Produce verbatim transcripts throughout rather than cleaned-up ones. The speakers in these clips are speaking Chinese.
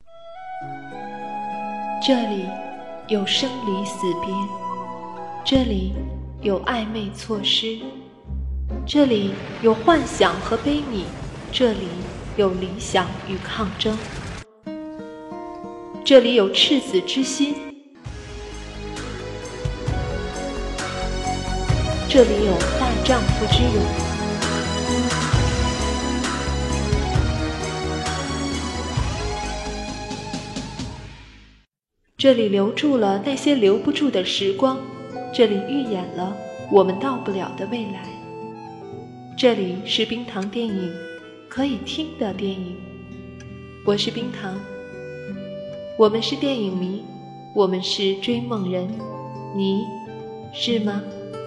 这里有生离死别，这里有暧昧错失，这里有幻想和悲悯，这里有理想与抗争，这里有赤子之心，这里有大丈夫之勇。这里留住了那些留不住的时光，这里预演了我们到不了的未来。这里是冰糖电影，可以听的电影。我是冰糖，我们是电影迷，我们是追梦人，你是吗？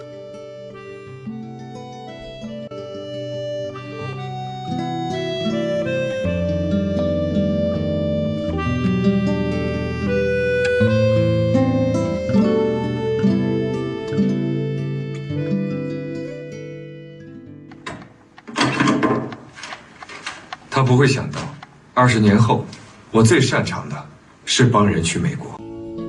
他不会想到，二十年后，我最擅长的是帮人去美国。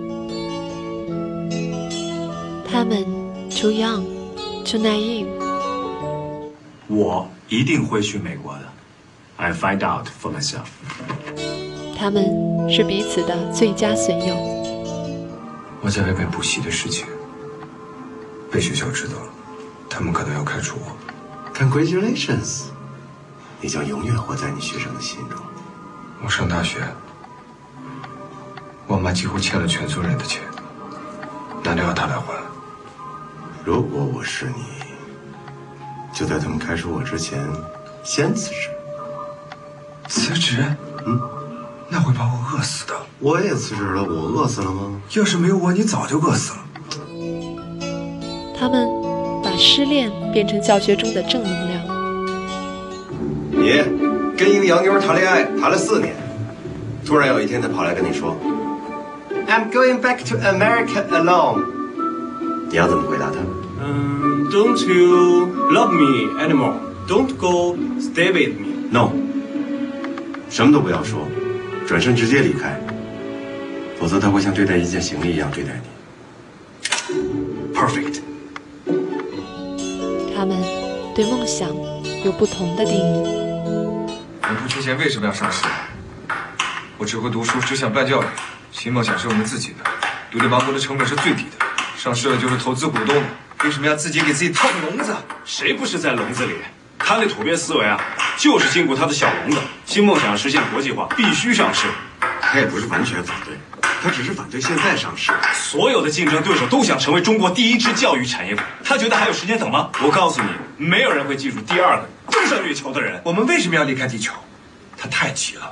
他们 too young, too naive。 我一定会去美国的。I find out for myself。 他们是彼此的最佳损友。 我在外面补习的事情被学校知道了，他们可能要开除我。 Congratulations。你将永远活在你学生的心中。 我上大学，我妈几乎欠了全村人的钱，难道要她来还？ 如果我是你，就在他们开除我之前，先辞职。 辞职？ 嗯， 那会把我饿死的。 我也辞职了，我饿死了吗？ 要是没有我，你早就饿死了。 他们把失恋变成教学中的正能量。 你跟一个洋妞谈恋爱谈了四年，突然有一天他跑来跟你说 I'm going back to America alone， 你要怎么回答他？ 嗯、um, Don't you love me anymore? Don't go stay with me. No， 什么都不要说，转身直接离开，否则他会像对待一件行李一样对待你。Perfect。 他们对梦想有不同的定义。 我不缺钱为什么要上市？我只会读书，只想办教育。新梦想是我们自己的，独立王国的成本是最低的，上市了就是投资股东的。为什么要自己给自己套个笼子？ 谁不是在笼子里？他那土鳖思维啊，就是禁锢他的小笼子。新梦想实现国际化，必须上市。 他也不是完全反对，他只是反对现在上市。 所有的竞争对手都想成为中国第一支教育产业股，他觉得还有时间等吗？我告诉你，没有人会记住第二个登上月球的人。 我们为什么要离开地球？他太急了。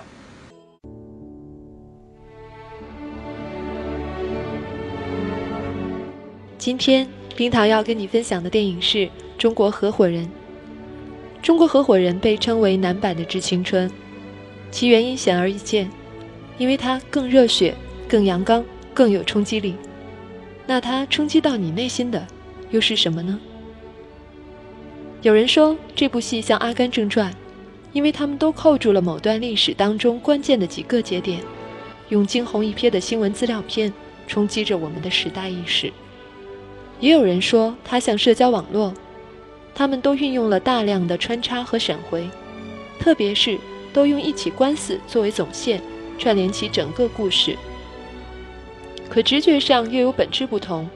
今天冰糖要跟你分享的电影是《中国合伙人》。中国合伙人被称为男版的致青春，其原因显而易见，因为它更热血、更阳刚、更有冲击力。那它冲击到你内心的又是什么呢？有人说这部戏像《阿甘正传》，因为他们都扣住了某段历史当中关键的几个节点，用惊鸿一瞥的新闻资料片冲击着我们的时代意识。也有人说它像社交网络，他们都运用了大量的穿插和闪回，特别是都用一起官司作为总线，串联起整个故事。可直觉上又有本质不同。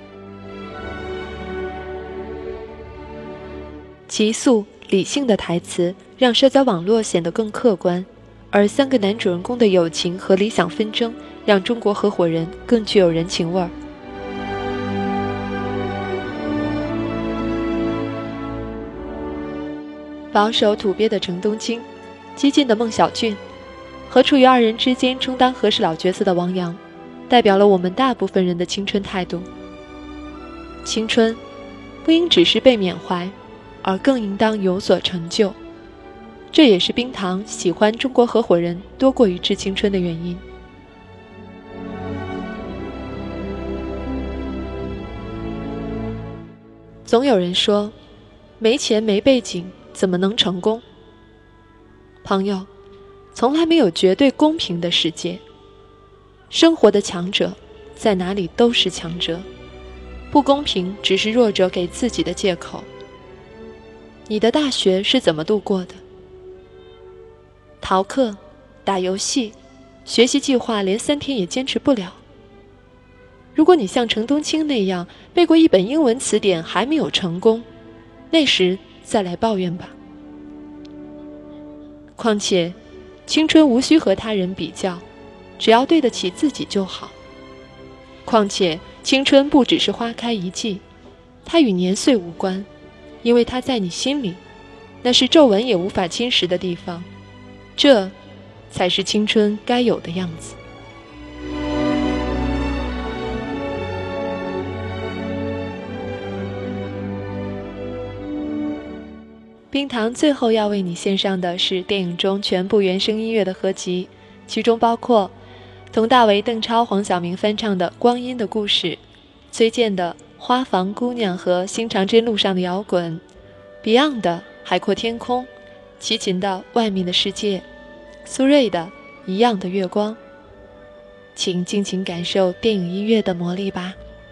急速理性的台词让社交网络显得更客观，而三个男主人公的友情和理想纷争让中国合伙人更具有人情味儿。保守土鳖的程东青，激进的孟小俊，和处于二人之间充当和事佬角色的王阳，代表了我们大部分人的青春态度。青春不应只是被缅怀，而更应当有所成就。这也是冰糖喜欢中国合伙人多过于致青春的原因。总有人说，没钱没背景怎么能成功？朋友， 从来没有绝对公平的世界。生活的强者在哪里都是强者，不公平只是弱者给自己的借口。你的大学是怎么度过的？逃课、打游戏，学习计划连三天也坚持不了。如果你像程冬青那样背过一本英文词典还没有成功，那时再来抱怨吧。况且，青春无需和他人比较，只要对得起自己就好。况且，青春不只是花开一季，它与年岁无关，因为它在你心里，那是皱纹也无法侵蚀的地方。这才是青春该有的样子。冰糖最后要为你献上的是电影中全部原声音乐的合集，其中包括佟大为、邓超、黄晓明翻唱的《光阴的故事》，崔健的《花房姑娘》和新长征路上的摇滚， Beyond 的《海阔天空》，齐秦的《外面的世界》，苏芮的《一样的月光》。请尽情感受电影音乐的魔力吧。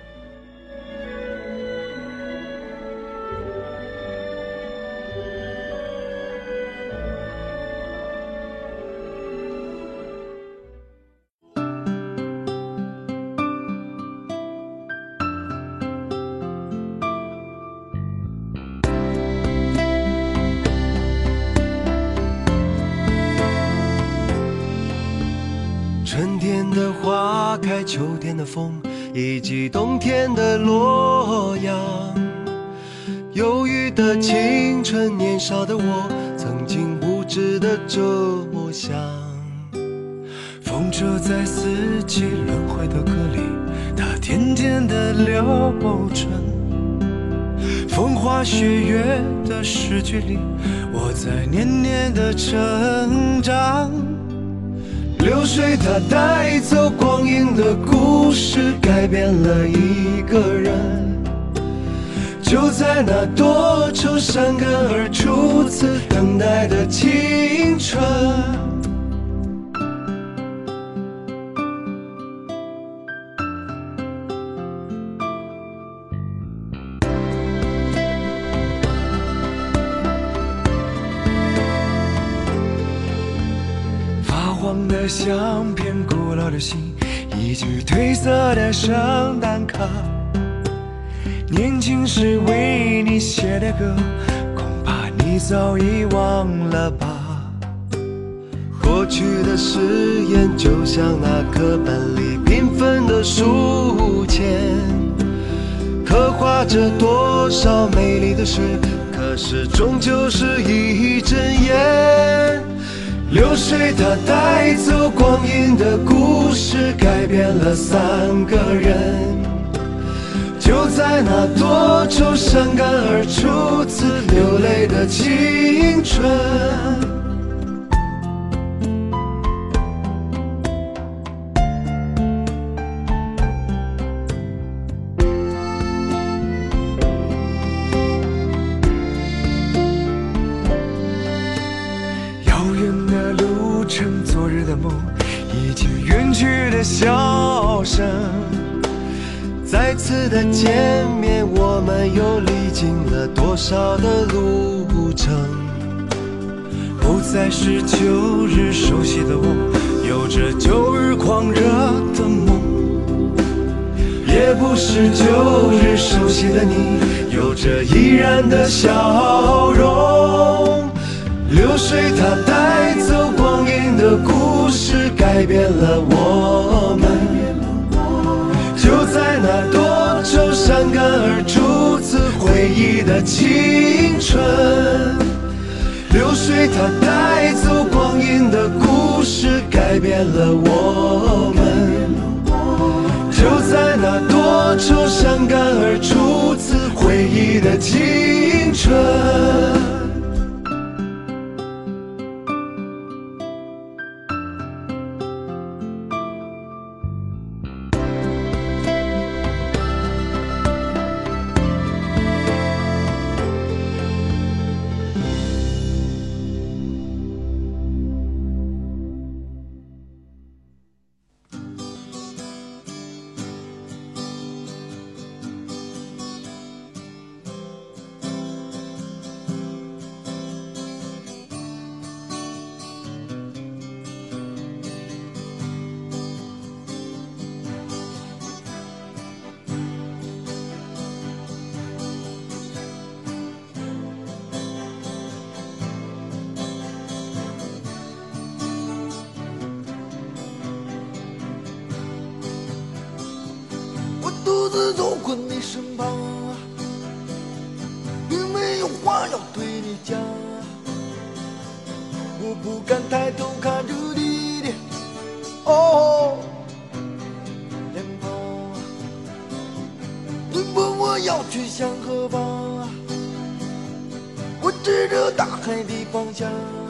春天的花开，秋天的风，以及冬天的洛阳。忧郁的青春，年少的我，曾经无知的这么想。风车在四季轮回的歌里，它渐渐的流转。风花雪月的诗句里，我在年年的成长。流水它带走光阴的故事，改变了一个人。就在那多愁善感而初次等待的青春。黄的相片，古老的信，一句褪色的圣诞卡。年轻时为你写的歌，恐怕你早已忘了吧。过去的誓言，就像那课本里缤纷的书签，刻画着多少美丽的事，可是终究是一阵烟。流水它带走光阴的故事，改变了三个人。就在那多愁善感而初次流泪的青春。昨日的梦，以及远去的笑声，再次的见面，我们又历经了多少的路程？不再是旧日熟悉的我，有着旧日狂热的梦，也不是旧日熟悉的你，有着依然的笑容。流水它带走光阴的故事，改变了我们。就在那多愁善感而初次回忆的青春。流水它带走光阴的故事，改变了我们。就在那多愁善感而初次回忆的青春。 自走过你身旁，并没有话要对你讲，我不敢抬头看着你的哦脸庞。你问我要去向何方，我指着大海的方向，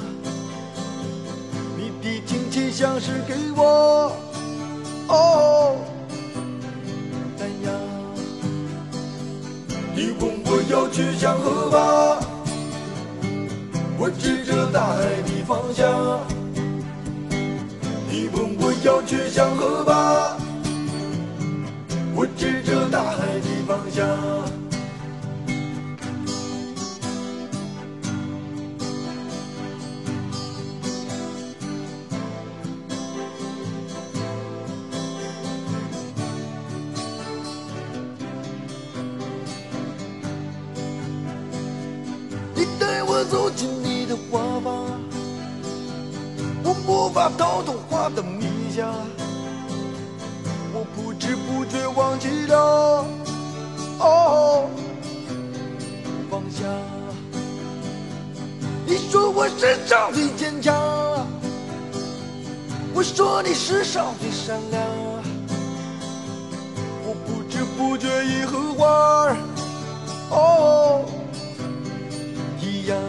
你的亲切像是给我哦赞扬。你问我要去向何方，我指着大海的方向。你问我要去向何方，我指着大海的方向。你带我走进你的花房，我无法逃脱花的迷香，我不知不觉忘记了哦方向。你说我世上最坚强，我说你世上最善良，我不知不觉已和花儿哦一样。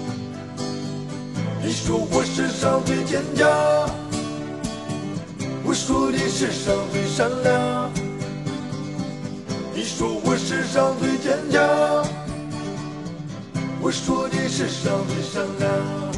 你说我世上最坚强，我说你世上最善良。你说我世上最坚强，我说你世上最善良。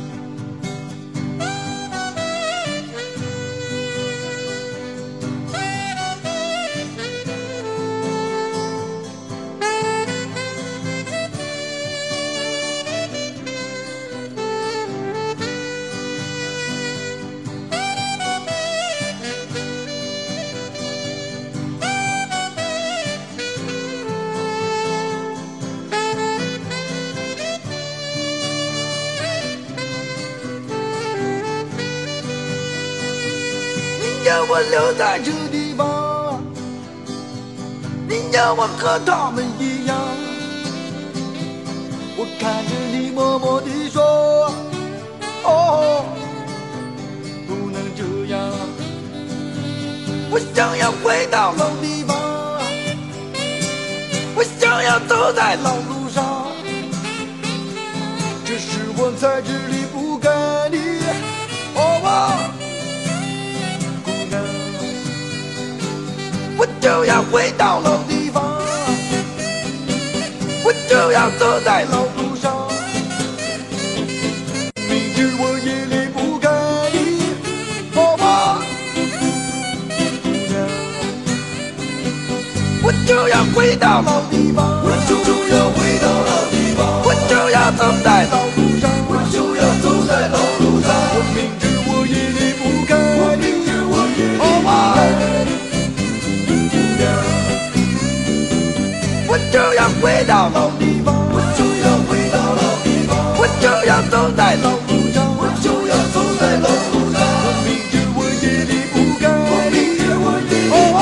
让我留在这地方，你让我和他们一样。我看着你默默地说，哦，不能这样。我想要回到老地方，我想要走在老路上，这是我在这里不该的哦啊。我就要回到老地方，我就要走在老路上，明知我也离不开你，好吗？我就要回到老地方，我就要回到老地方，我就要走在老路上，我就要走在老路上，我明知我也离不开你，我明知我也离不开你。我就要回到老地方，我就要回到老地方，我就要走在老路上，我就要走在老路上。我明知我也离不开，我明知我也离不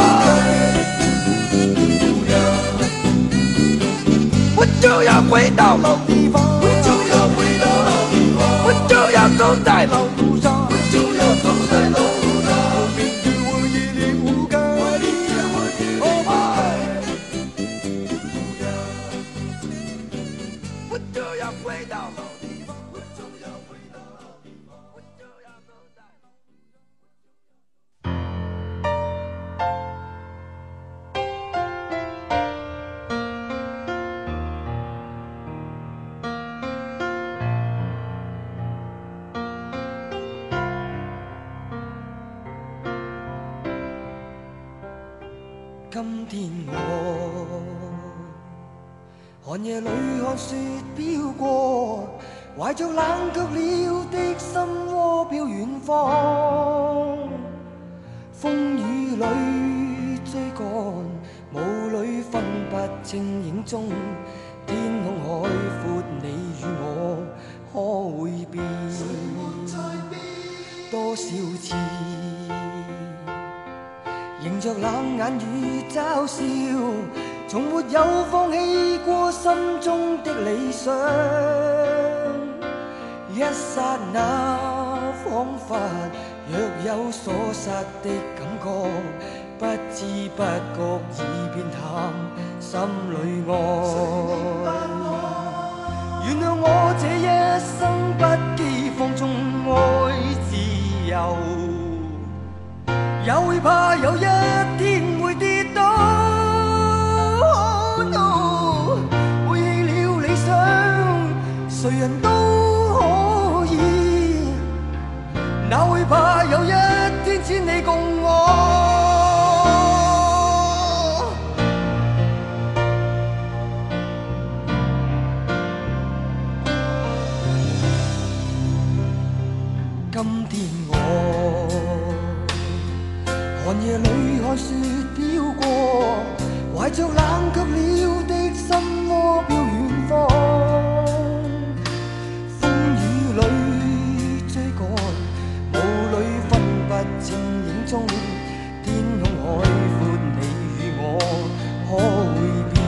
开。我就要回到老地方，我就要回到老地方，我就要走在老路上，我就要走在老路上。我明知我也离不开，我明知我也离不开。我就要回到老地方，我就要回到老地方，我就要走在。今天我寒夜里看雪飘過，懷着冷卻了的心窩飄遠方。風雨裏追趕，霧裏分不清影蹤。天空海闊，你與我可會變？多少次仍着冷眼與嘲笑，從沒有放棄過心中的理想。一剎那彷彿若有所失的感覺，不知不覺已變淡心裏愛。原諒我這一生不羈放縱愛自由，也會怕有一天會跌倒。Oh no， 背棄了理想，誰人都可以，哪會怕有一天只你共我。今天我寒夜裏看雪飄過，懷着冷卻了的心窩飄遠方。風雨裏追趕，霧裏分不清影蹤，天空海闊，你與我可會變？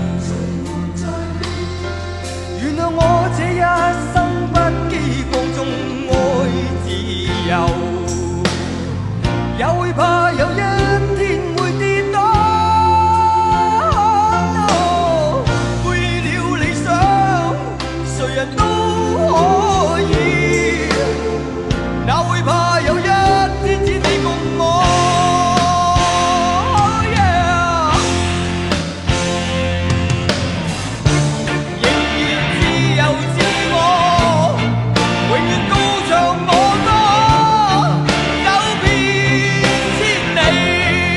原諒我這一生不羈放縱愛自由，也會怕有一天會跌倒。Oh no， 背棄了理想，誰人都可以，哪會怕有一天只你共我。Oh yeah， 仍然自由自我，永遠高唱我歌，走遍千里。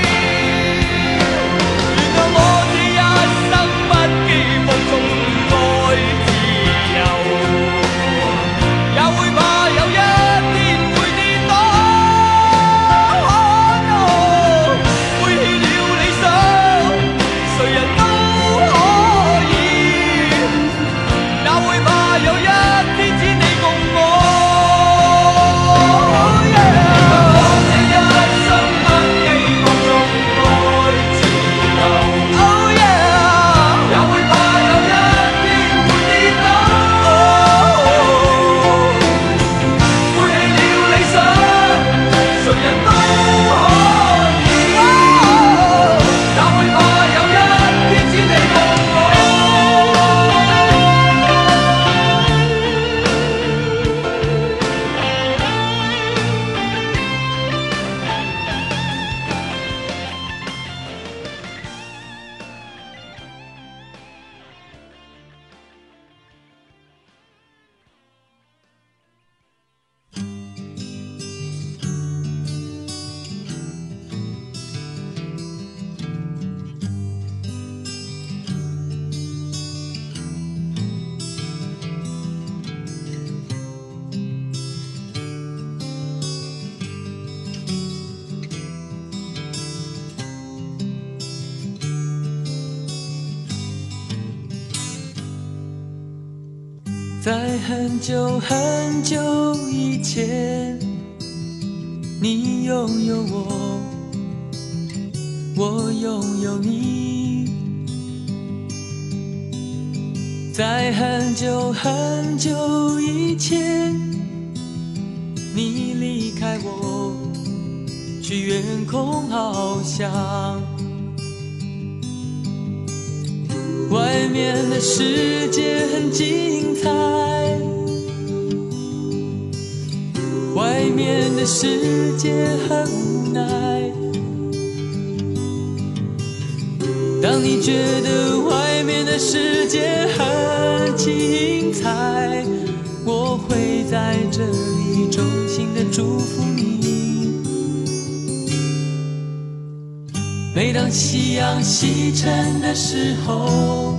原諒我這一生不羈放縱愛自由，也會怕有一天會跌倒。Oh no， 背棄了理想，誰人都可以，哪會怕有一天只你共我。Oh yeah， 我這一生不羈放縱愛自由。Oh yeah， 也會怕有一天會跌倒。背棄了理想，誰人都可以，哪會怕有一天只你共我。 在很久很久以前，你拥有我，我拥有你。在很久很久以前，你离开我，去远空翱翔。外面的世界很精彩，外面的世界很无奈。当你觉得外面的世界很精彩，我会在这里衷心的祝福你。每当夕阳西沉的时候，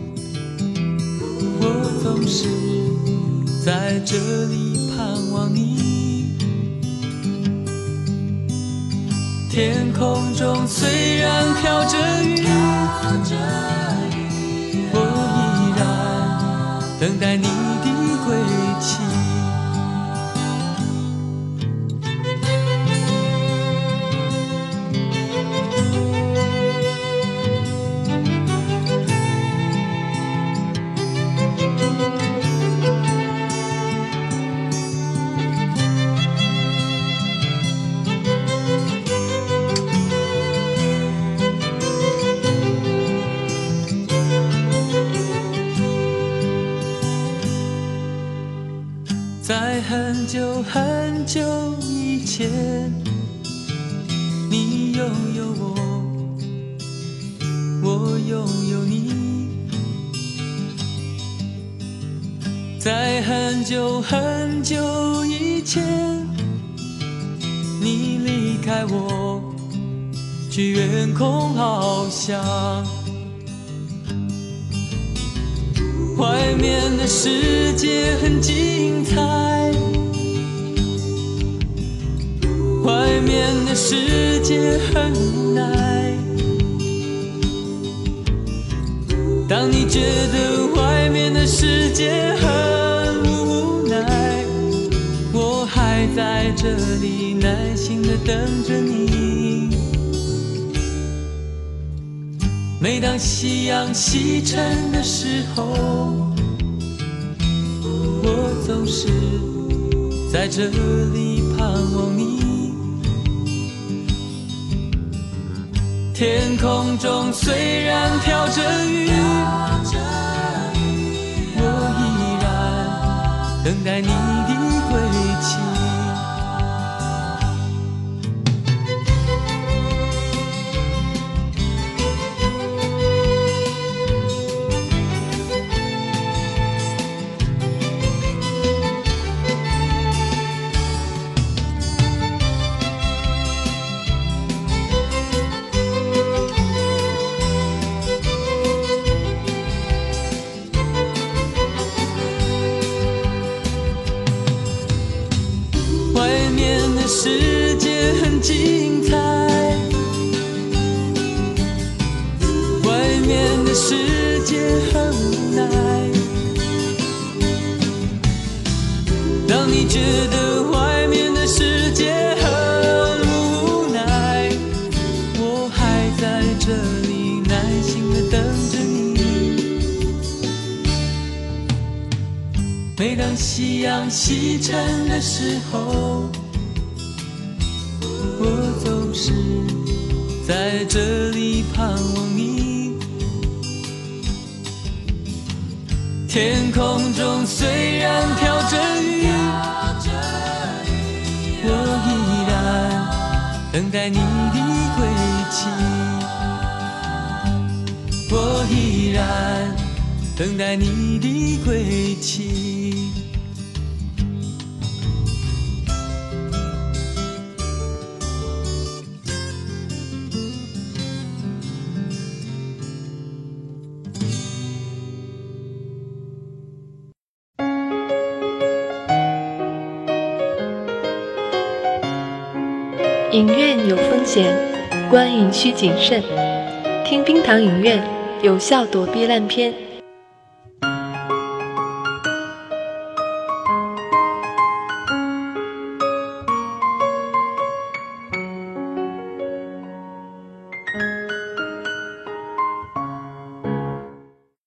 我总是在这里盼望你。天空中虽然飘着雨，我依然等待你的归期。 久很久以前，你拥有我，我拥有你。在很久很久以前，你离开我，去远空翱翔。外面的世界很精彩，外面的世界很无奈。当你觉得外面的世界很无奈，我还在这里耐心地等着你。每当夕阳西沉的时候，我总是在这里盼望你。天空中虽然飘着雨，我依然等待你的归期。世界很精彩，外面的世界很无奈。当你觉得外面的世界很无奈，我还在这里耐心地等着你。每当夕阳西沉的时候，我总是在这里盼望你。天空中虽然飘着雨，我依然等待你的归期。我依然等待你的归期。 影院有风险，观影需谨慎。听冰糖影院，有效躲避烂片。